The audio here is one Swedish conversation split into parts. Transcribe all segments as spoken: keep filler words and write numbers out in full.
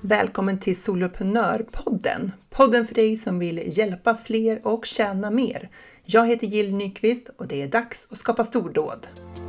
Välkommen till Soloprenörpodden. Podden för dig som vill hjälpa fler och tjäna mer. Jag heter Jill Nyqvist och det är dags att skapa stordåd.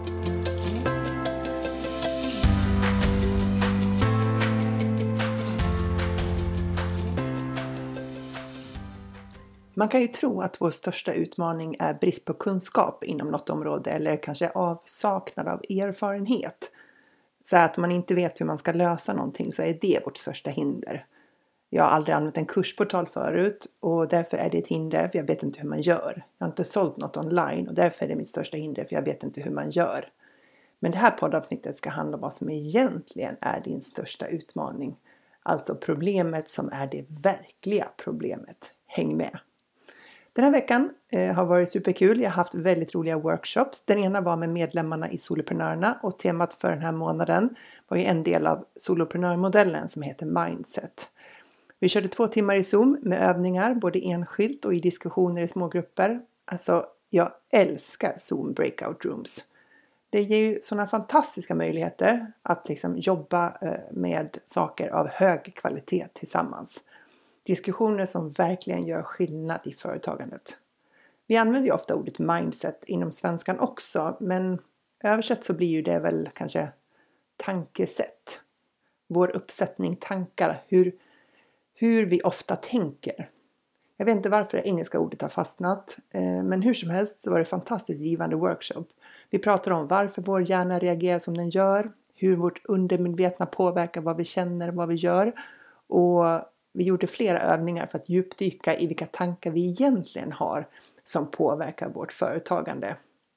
Man kan ju tro att vår största utmaning är brist på kunskap inom något område eller kanske avsaknad av erfarenhet. Så att man inte vet hur man ska lösa någonting så är det vårt största hinder. Jag har aldrig använt en kursportal förut och därför är det ett hinder för jag vet inte hur man gör. Jag har inte sålt något online och därför är det mitt största hinder för jag vet inte hur man gör. Men det här poddavsnittet ska handla om vad som egentligen är din största utmaning. Alltså problemet som är det verkliga problemet. Häng med! Den här veckan eh, har varit superkul. Jag har haft väldigt roliga workshops. Den ena var med medlemmarna i Soloprenörerna och temat för den här månaden var ju en del av soloprenörmodellen som heter Mindset. Vi körde två timmar i Zoom med övningar både enskilt och i diskussioner i smågrupper. Alltså jag älskar Zoom Breakout Rooms. Det ger ju sådana fantastiska möjligheter att liksom jobba med saker av hög kvalitet tillsammans. Diskussioner som verkligen gör skillnad i företagandet. Vi använder ju ofta ordet mindset inom svenskan också, men översatt så blir ju det väl kanske tankesätt. Vår uppsättning tankar, hur, hur vi ofta tänker. Jag vet inte varför det engelska ordet har fastnat, men hur som helst så var det fantastiskt givande workshop. Vi pratar om varför vår hjärna reagerar som den gör, hur vårt undermedvetna påverkar vad vi känner, vad vi gör och vi gjorde flera övningar för att djupdyka i vilka tankar vi egentligen har som påverkar vårt företagande.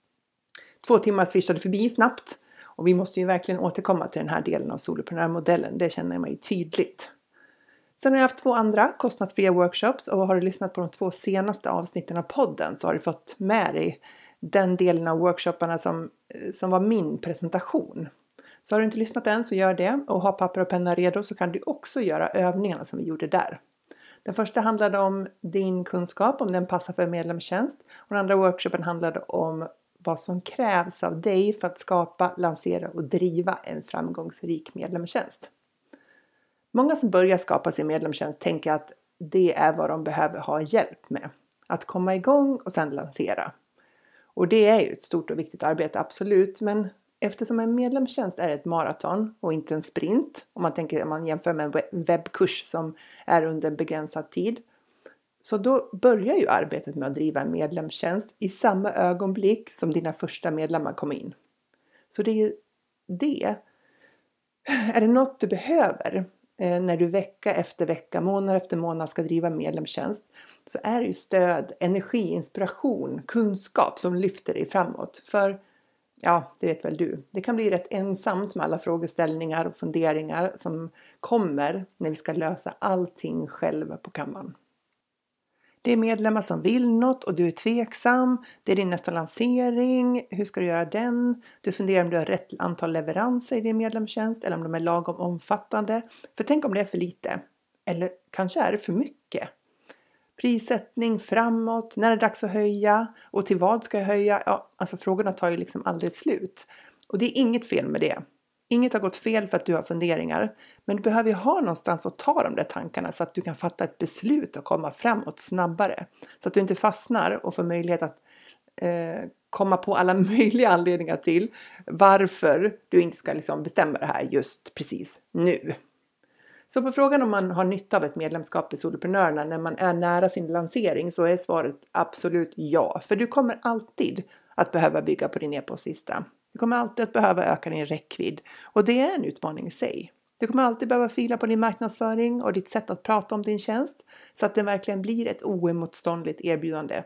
Två timmar swishade förbi snabbt och vi måste ju verkligen återkomma till den här delen av soloprenörmodellen. Det känner man ju tydligt. Sen har jag haft två andra kostnadsfria workshops och har du lyssnat på de två senaste avsnitten av podden så har du fått med dig den delen av workshopparna som, som var min presentation. Så har du inte lyssnat än så gör det och ha papper och penna redo så kan du också göra övningarna som vi gjorde där. Den första handlade om din kunskap, om den passar för medlemstjänst. Och den andra workshopen handlade om vad som krävs av dig för att skapa, lansera och driva en framgångsrik medlemstjänst. Många som börjar skapa sin medlemstjänst tänker att det är vad de behöver ha hjälp med. Att komma igång och sedan lansera. Och det är ju ett stort och viktigt arbete, absolut, men eftersom en medlemstjänst är ett maraton och inte en sprint, om man tänker om man jämför med en webbkurs som är under en begränsad tid, så då börjar ju arbetet med att driva en medlemstjänst i samma ögonblick som dina första medlemmar kommer in. Så det är ju det. Är det något du behöver eh, när du vecka efter vecka, månad efter månad ska driva medlemstjänst, så är det ju stöd, energi, inspiration, kunskap som lyfter dig framåt. För ja, det vet väl du. Det kan bli rätt ensamt med alla frågeställningar och funderingar som kommer när vi ska lösa allting själva på kammaren. Det är medlemmar som vill något och du är tveksam. Det är din nästa lansering. Hur ska du göra den? Du funderar om du har rätt antal leveranser i din medlemstjänst eller om de är lagom omfattande. För tänk om det är för lite. Eller kanske är det för mycket. Prissättning framåt, när är det dags att höja och till vad ska jag höja? Ja, alltså frågorna tar ju liksom aldrig slut. Och det är inget fel med det. Inget har gått fel för att du har funderingar. Men du behöver ju ha någonstans att ta de där tankarna så att du kan fatta ett beslut och komma framåt snabbare. Så att du inte fastnar och får möjlighet att eh, komma på alla möjliga anledningar till varför du inte ska liksom bestämma det här just precis nu. Så på frågan om man har nytta av ett medlemskap i Soloprenörerna när man är nära sin lansering så är svaret absolut ja. För du kommer alltid att behöva bygga på din e-postlista. Du kommer alltid att behöva öka din räckvidd och det är en utmaning i sig. Du kommer alltid behöva fila på din marknadsföring och ditt sätt att prata om din tjänst så att den verkligen blir ett oemotståndligt erbjudande.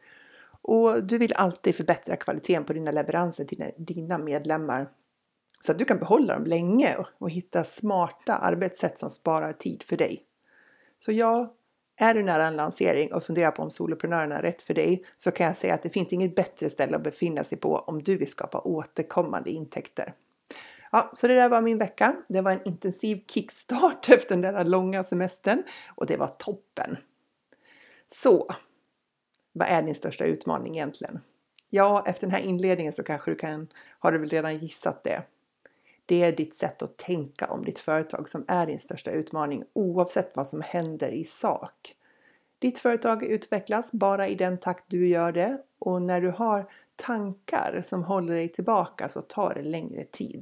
Och du vill alltid förbättra kvaliteten på dina leveranser till dina medlemmar. Så att du kan behålla dem länge och hitta smarta arbetssätt som sparar tid för dig. Så ja, är du nära en lansering och funderar på om soloprenörerna är rätt för dig så kan jag säga att det finns inget bättre ställe att befinna sig på om du vill skapa återkommande intäkter. Ja, så det där var min vecka. Det var en intensiv kickstart efter den där långa semestern och det var toppen. Så, vad är din största utmaning egentligen? Ja, efter den här inledningen så kanske du kan, har du väl redan gissat det. Det är ditt sätt att tänka om ditt företag som är din största utmaning oavsett vad som händer i sak. Ditt företag utvecklas bara i den takt du gör det och när du har tankar som håller dig tillbaka så tar det längre tid.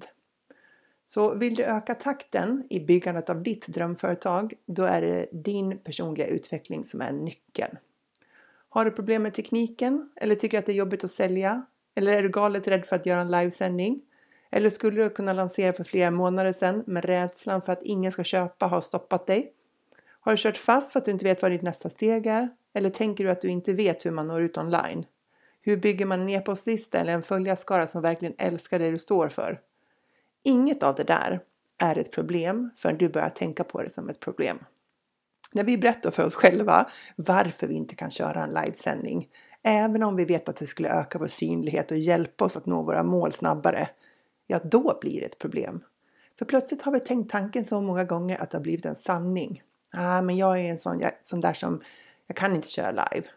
Så vill du öka takten i byggandet av ditt drömföretag, då är det din personliga utveckling som är nyckeln. Har du problem med tekniken eller tycker att det är jobbigt att sälja? Eller är du galet rädd för att göra en livesändning? Eller skulle du kunna lansera för flera månader sedan men rädslan för att ingen ska köpa har stoppat dig? Har du kört fast för att du inte vet vad ditt nästa steg är? Eller tänker du att du inte vet hur man når ut online? Hur bygger man en e-postlista eller en följarskara som verkligen älskar det du står för? Inget av det där är ett problem förrän du börjar tänka på det som ett problem. När vi berättar för oss själva varför vi inte kan köra en livesändning, även om vi vet att det skulle öka vår synlighet och hjälpa oss att nå våra mål snabbare, ja då blir det ett problem. För plötsligt har vi tänkt tanken så många gånger att det har blivit en sanning. Ah, men jag är en sån, jag, sån där som, jag kan inte köra live.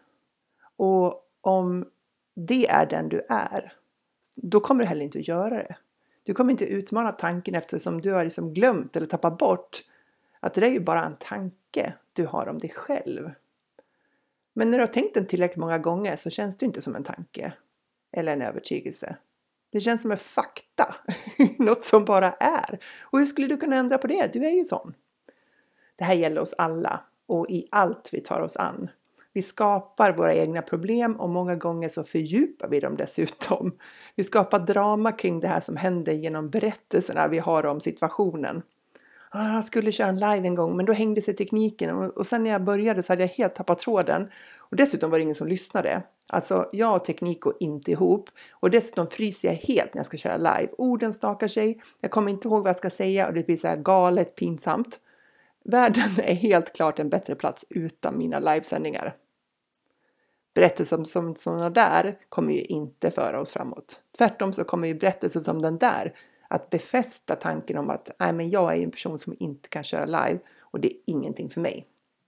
Och om det är den du är, då kommer du heller inte att göra det. Du kommer inte utmana tanken eftersom du har liksom glömt eller tappat bort att det är ju bara en tanke du har om dig själv. Men när du har tänkt den tillräckligt många gånger så känns det inte som en tanke eller en övertygelse. Det känns som en fakta, något som bara är. Och hur skulle du kunna ändra på det? Du är ju sån. Det här gäller oss alla och i allt vi tar oss an. Vi skapar våra egna problem och många gånger så fördjupar vi dem dessutom. Vi skapar drama kring det här som händer genom berättelserna vi har om situationen. Ah, jag skulle köra en live en gång men då hängde sig tekniken och, och sen när jag började så hade jag helt tappat tråden. Och dessutom var det ingen som lyssnade. Alltså jag och teknik går inte ihop och dessutom fryser jag helt när jag ska köra live. Orden stakar sig, jag kommer inte ihåg vad jag ska säga och det blir så här galet pinsamt. Världen är helt klart en bättre plats utan mina livesändningar. Berättelser som, som sådana där kommer ju inte föra oss framåt. Tvärtom så kommer ju berättelser som den där att befästa tanken om att nej, men jag är en person som inte kan köra live och det är ingenting för mig.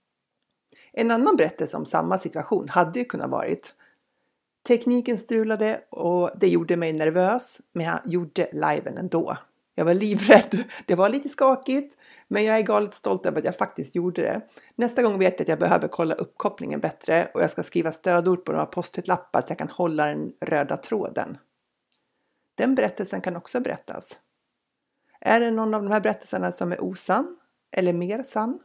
En annan berättelse om samma situation hade ju kunnat varit: tekniken strulade och det gjorde mig nervös, men jag gjorde liven ändå. Jag var livrädd, det var lite skakigt, men jag är galet stolt över att jag faktiskt gjorde det. Nästa gång vet jag att jag behöver kolla uppkopplingen bättre och jag ska skriva stödord på några post-it-lappar så jag kan hålla den röda tråden. Den berättelsen kan också berättas. Är det någon av de här berättelserna som är osann eller mer sann?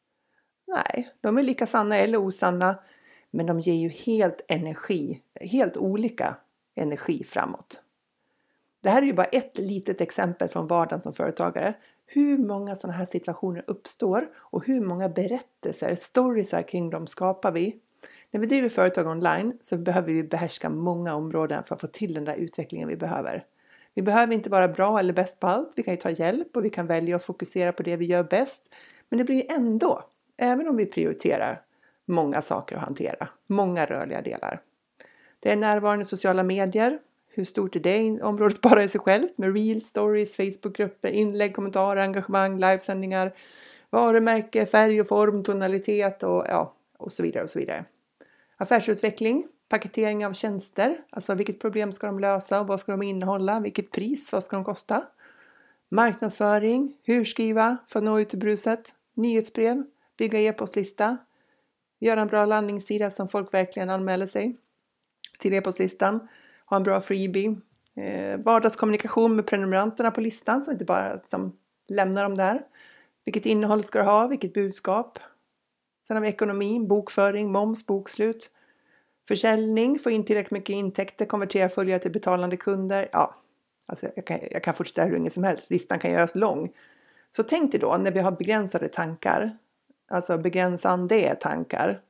Nej, de är lika sanna eller osanna, men de ger ju helt energi, helt olika energi framåt. Det här är ju bara ett litet exempel från vardagen som företagare. Hur många sådana här situationer uppstår och hur många berättelser, storiesar kring dem skapar vi. När vi driver företag online så behöver vi behärska många områden för att få till den där utvecklingen vi behöver. Vi behöver inte vara bra eller bäst på allt, vi kan ju ta hjälp och vi kan välja att fokusera på det vi gör bäst. Men det blir ändå, även om vi prioriterar, många saker att hantera, många rörliga delar. Det är närvarande sociala medier. Hur stort är det området bara i sig självt med reels, stories, Facebookgrupper, inlägg, kommentarer, engagemang, livesändningar, varumärke, färg och form, tonalitet och, ja, och så vidare och så vidare. Affärsutveckling, paketering av tjänster, alltså vilket problem ska de lösa och vad ska de innehålla, vilket pris, vad ska de kosta. Marknadsföring, hur skriva för att nå ut till bruset, nyhetsbrev, bygga e-postlista, göra en bra landningssida som folk verkligen anmäler sig till e-postlistan. Ha en bra freebie. Eh, vardagskommunikation med prenumeranterna på listan. Så inte bara som lämnar dem där. Vilket innehåll ska du ha? Vilket budskap? Sen har vi ekonomi, bokföring, moms, bokslut. Försäljning, få in tillräckligt mycket intäkter, konvertera följare till betalande kunder. Ja, alltså jag kan, jag kan fortsätta hur länge som helst. Listan kan göras lång. Så tänk dig då när vi har begränsade tankar. Alltså begränsande tankar.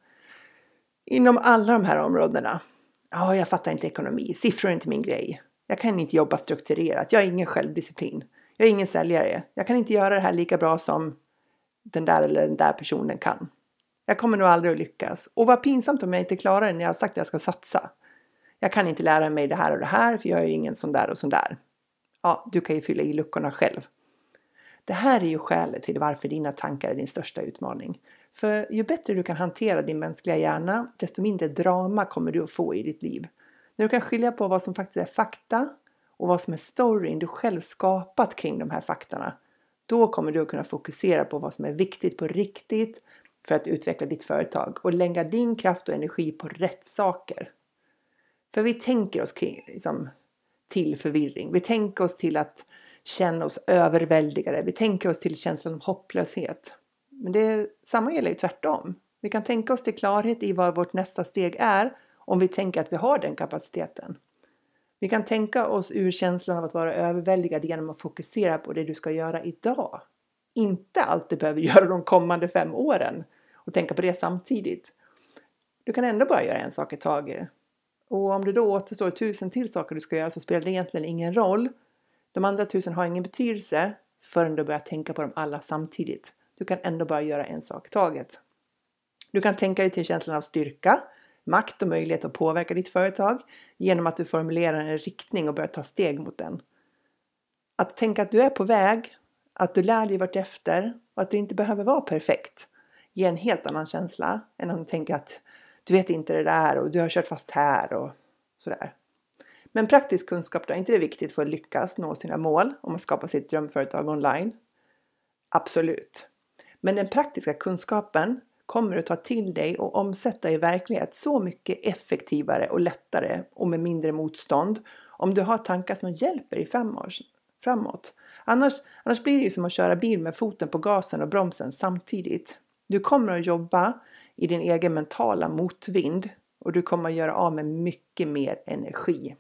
Inom alla de här områdena. Ja, jag fattar inte ekonomi. Siffror är inte min grej. Jag kan inte jobba strukturerat. Jag har ingen självdisciplin. Jag är ingen säljare. Jag kan inte göra det här lika bra som den där eller den där personen kan. Jag kommer nog aldrig att lyckas. Och vad pinsamt om jag inte klarar det när jag har sagt att jag ska satsa. Jag kan inte lära mig det här och det här för jag är ju ingen sån där och sån där. Ja, du kan ju fylla i luckorna själv. Det här är ju skälet till varför dina tankar är din största utmaning. För ju bättre du kan hantera din mänskliga hjärna, desto mindre drama kommer du att få i ditt liv. När du kan skilja på vad som faktiskt är fakta och vad som är storyn du själv skapat kring de här faktorna, då kommer du att kunna fokusera på vad som är viktigt på riktigt för att utveckla ditt företag och lägga din kraft och energi på rätt saker. För vi tänker oss liksom, till förvirring. Vi tänker oss till att känna oss överväldigade. Vi tänker oss till känslan av hopplöshet. Men det samma gäller ju tvärtom. Vi kan tänka oss till klarhet i vad vårt nästa steg är om vi tänker att vi har den kapaciteten. Vi kan tänka oss ur känslan av att vara överväldigad genom att fokusera på det du ska göra idag. Inte allt du behöver göra de kommande fem åren och tänka på det samtidigt. Du kan ändå bara göra en sak i taget. Och om det då återstår tusen till saker du ska göra så spelar det egentligen ingen roll. De andra tusen har ingen betydelse förrän du börjar tänka på dem alla samtidigt. Du kan ändå bara göra en sak i taget. Du kan tänka dig till känslan av styrka, makt och möjlighet att påverka ditt företag genom att du formulerar en riktning och börjar ta steg mot den. Att tänka att du är på väg, att du lär dig vartefter och att du inte behöver vara perfekt ger en helt annan känsla än om du tänker att du vet inte det där och du har kört fast här och sådär. Men praktisk kunskap då, är inte det viktigt för att lyckas nå sina mål om att skapa sitt drömföretag online? Absolut. Men den praktiska kunskapen kommer du ta till dig och omsätta i verklighet så mycket effektivare och lättare och med mindre motstånd om du har tankar som hjälper dig framåt. Annars, annars blir det ju som att köra bil med foten på gasen och bromsen samtidigt. Du kommer att jobba i din egen mentala motvind och du kommer att göra av med mycket mer energi.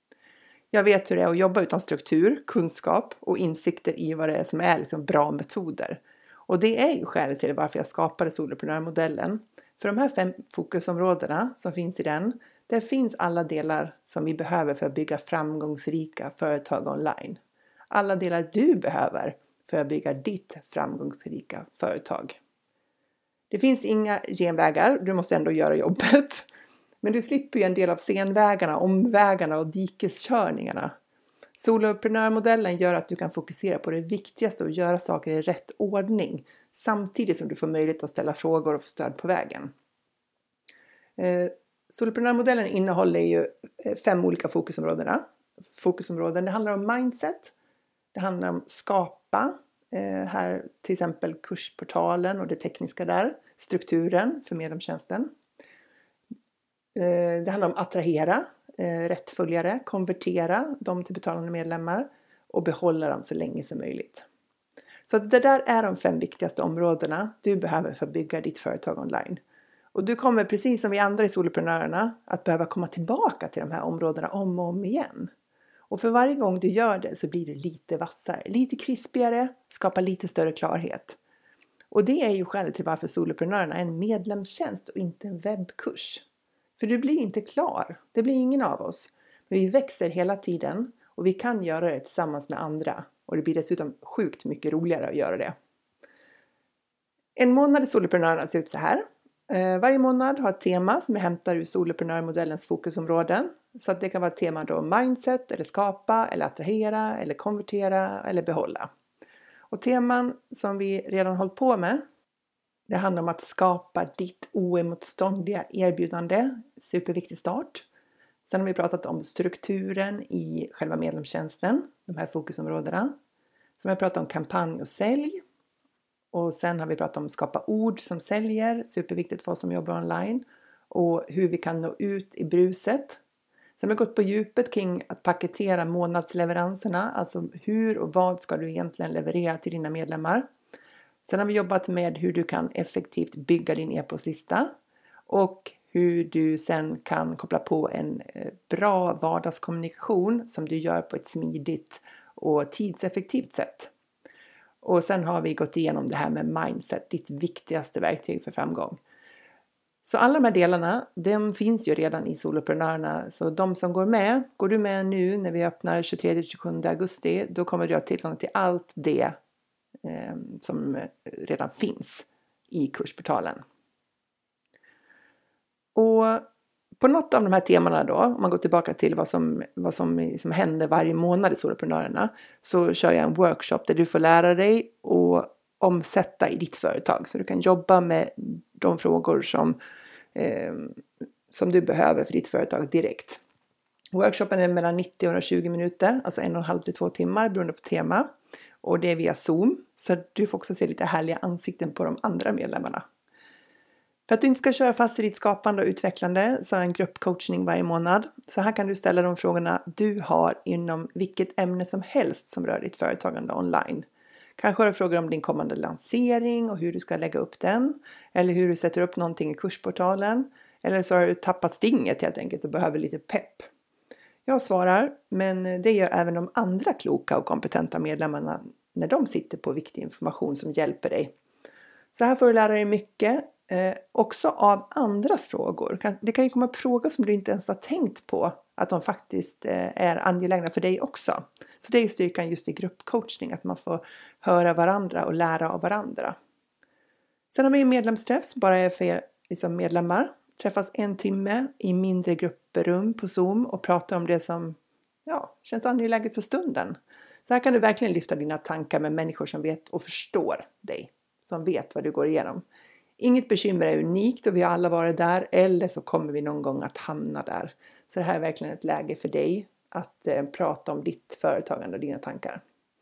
Jag vet hur det är att jobba utan struktur, kunskap och insikter i vad det är som är liksom bra metoder. Och det är ju skälet till varför jag skapade soloprenörmodellen. För de här fem fokusområdena som finns i den, där finns alla delar som vi behöver för att bygga framgångsrika företag online. Alla delar du behöver för att bygga ditt framgångsrika företag. Det finns inga genvägar, du måste ändå göra jobbet. Men du slipper ju en del av senvägarna, omvägarna och dikeskörningarna. Soloprenörmodellen gör att du kan fokusera på det viktigaste och göra saker i rätt ordning. Samtidigt som du får möjlighet att ställa frågor och få stöd på vägen. Eh, soloprenörmodellen innehåller ju fem olika fokusområden. Fokusområden, det handlar om mindset. Det handlar om skapa. Eh, här till exempel kursportalen och det tekniska där. Strukturen för medlemstjänsten. Det handlar om attrahera, rätt följare, konvertera dem till betalande medlemmar och behålla dem så länge som möjligt. Så det där är de fem viktigaste områdena du behöver för att bygga ditt företag online. Och du kommer precis som vi andra i soloprenörerna att behöva komma tillbaka till de här områdena om och om igen. Och för varje gång du gör det så blir det lite vassare, lite krispigare, skapar lite större klarhet. Och det är ju skälet till varför soloprenörerna är en medlemstjänst och inte en webbkurs. För du blir inte klar. Det blir ingen av oss. Men vi växer hela tiden och vi kan göra det tillsammans med andra. Och det blir dessutom sjukt mycket roligare att göra det. En månad i soloprenörerna ser ut så här. Eh, varje månad har ett tema som jag hämtar ur soloprenörmodellens fokusområden. Så att det kan vara ett tema då mindset, eller skapa, eller attrahera, eller konvertera, eller behålla. Och teman som vi redan hållit på med. Det handlar om att skapa ditt oemotståndliga erbjudande. Superviktig start. Sen har vi pratat om strukturen i själva medlemstjänsten. De här fokusområdena. Sen har vi pratat om kampanj och sälj. Och sen har vi pratat om skapa ord som säljer. Superviktigt för oss som jobbar online. Och hur vi kan nå ut i bruset. Sen har vi gått på djupet kring att paketera månadsleveranserna. Alltså hur och vad ska du egentligen leverera till dina medlemmar. Sen har vi jobbat med hur du kan effektivt bygga din e-postlista och hur du sen kan koppla på en bra vardagskommunikation som du gör på ett smidigt och tidseffektivt sätt. Och sen har vi gått igenom det här med mindset, ditt viktigaste verktyg för framgång. Så alla de här delarna, de finns ju redan i soloprenörerna. Så de som går med, går du med nu när vi öppnar tjugotredje till tjugosjunde augusti, då kommer du ha tillgång till allt det som redan finns i kursportalen. Och på något av de här temana då, om man går tillbaka till vad som, vad som liksom händer varje månad i soloprenörerna, så kör jag en workshop där du får lära dig och omsätta i ditt företag. Så du kan jobba med de frågor som, eh, som du behöver för ditt företag direkt. Workshopen är mellan nittio och hundratjugo minuter, alltså en och en halv till två timmar beroende på tema. Och det är via Zoom, så du får också se lite härliga ansikten på de andra medlemmarna. För att du inte ska köra fast i ditt skapande och utvecklande så är en gruppcoachning varje månad. Så här kan du ställa de frågorna du har inom vilket ämne som helst som rör ditt företagande online. Kanske har du frågor om din kommande lansering och hur du ska lägga upp den. Eller hur du sätter upp någonting i kursportalen. Eller så har du tappat stinget helt enkelt och behöver lite pepp. Jag svarar, men det gör även de andra kloka och kompetenta medlemmarna när de sitter på viktig information som hjälper dig. Så här får du lära dig mycket, eh, också av andras frågor. Det kan ju komma frågor som du inte ens har tänkt på att de faktiskt eh, är angelägna för dig också. Så det är styrkan just i gruppcoachning, att man får höra varandra och lära av varandra. Sen har vi medlemsträff som bara är för er liksom medlemmar. Träffas en timme i mindre grupprum på Zoom och prata om det som ja, känns angeläget för stunden. Så här kan du verkligen lyfta dina tankar med människor som vet och förstår dig. Som vet vad du går igenom. Inget bekymmer är unikt och vi har alla varit där, eller så kommer vi någon gång att hamna där. Så det här är verkligen ett läge för dig att eh, prata om ditt företagande och dina tankar.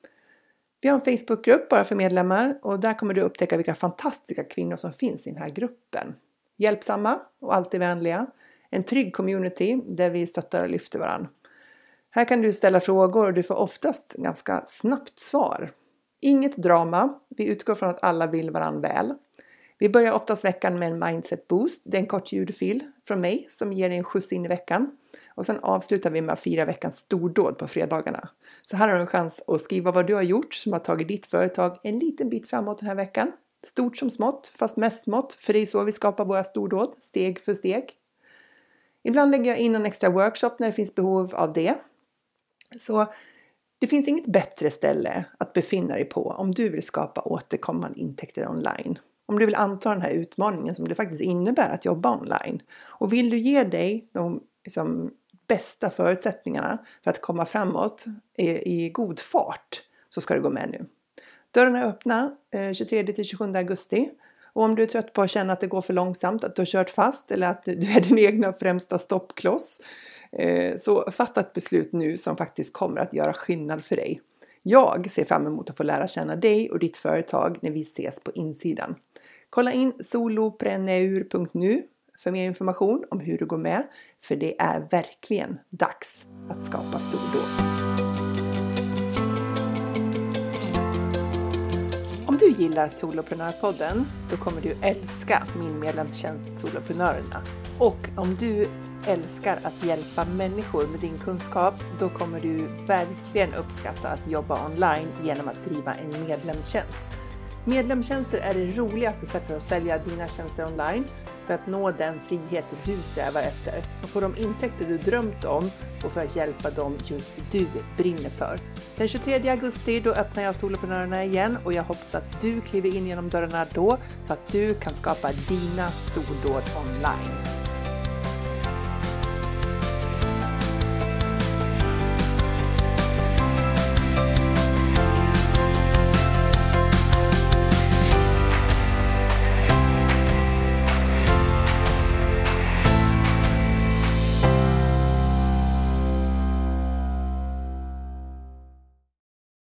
Vi har en Facebookgrupp bara för medlemmar och där kommer du upptäcka vilka fantastiska kvinnor som finns i den här gruppen. Hjälpsamma och alltid vänliga. En trygg community där vi stöttar och lyfter varandra. Här kan du ställa frågor och du får oftast ganska snabbt svar. Inget drama. Vi utgår från att alla vill varandra väl. Vi börjar oftast veckan med en mindset boost. Det är en kort ljudfil från mig som ger dig en skjuts in i veckan. Och sen avslutar vi med att fira veckans stordåd på fredagarna. Så här har du en chans att skriva vad du har gjort som har tagit ditt företag en liten bit framåt den här veckan. Stort som smått, fast mest smått. För det är så vi skapar våra stordåd, steg för steg. Ibland lägger jag in en extra workshop när det finns behov av det. Så det finns inget bättre ställe att befinna dig på om du vill skapa återkommande intäkter online. Om du vill anta den här utmaningen som det faktiskt innebär att jobba online. Och vill du ge dig de liksom, bästa förutsättningarna för att komma framåt i, i god fart så ska du gå med nu. Dörrarna är öppna eh, tjugotredje till tjugosjunde augusti. Och om du är trött på att känna att det går för långsamt, att du har kört fast eller att du är din egna främsta stoppkloss. Eh, så fatta ett beslut nu som faktiskt kommer att göra skillnad för dig. Jag ser fram emot att få lära känna dig och ditt företag när vi ses på insidan. Kolla in solopreneur punkt nu för mer information om hur du går med. För det är verkligen dags att skapa stordåd. Om du gillar Soloprenörpodden, då kommer du älska min medlemstjänst Soloprenörerna. Och om du älskar att hjälpa människor med din kunskap, då kommer du verkligen uppskatta att jobba online genom att driva en medlemstjänst. Medlemstjänster är det roligaste sättet att sälja dina tjänster online för att nå den frihet du strävar efter och få de intäkter du drömt om och för att hjälpa dem just du brinner för. Den tjugotredje augusti då öppnar jag Soloprenörerna igen och jag hoppas att du kliver in genom dörrarna då så att du kan skapa dina stordåd online.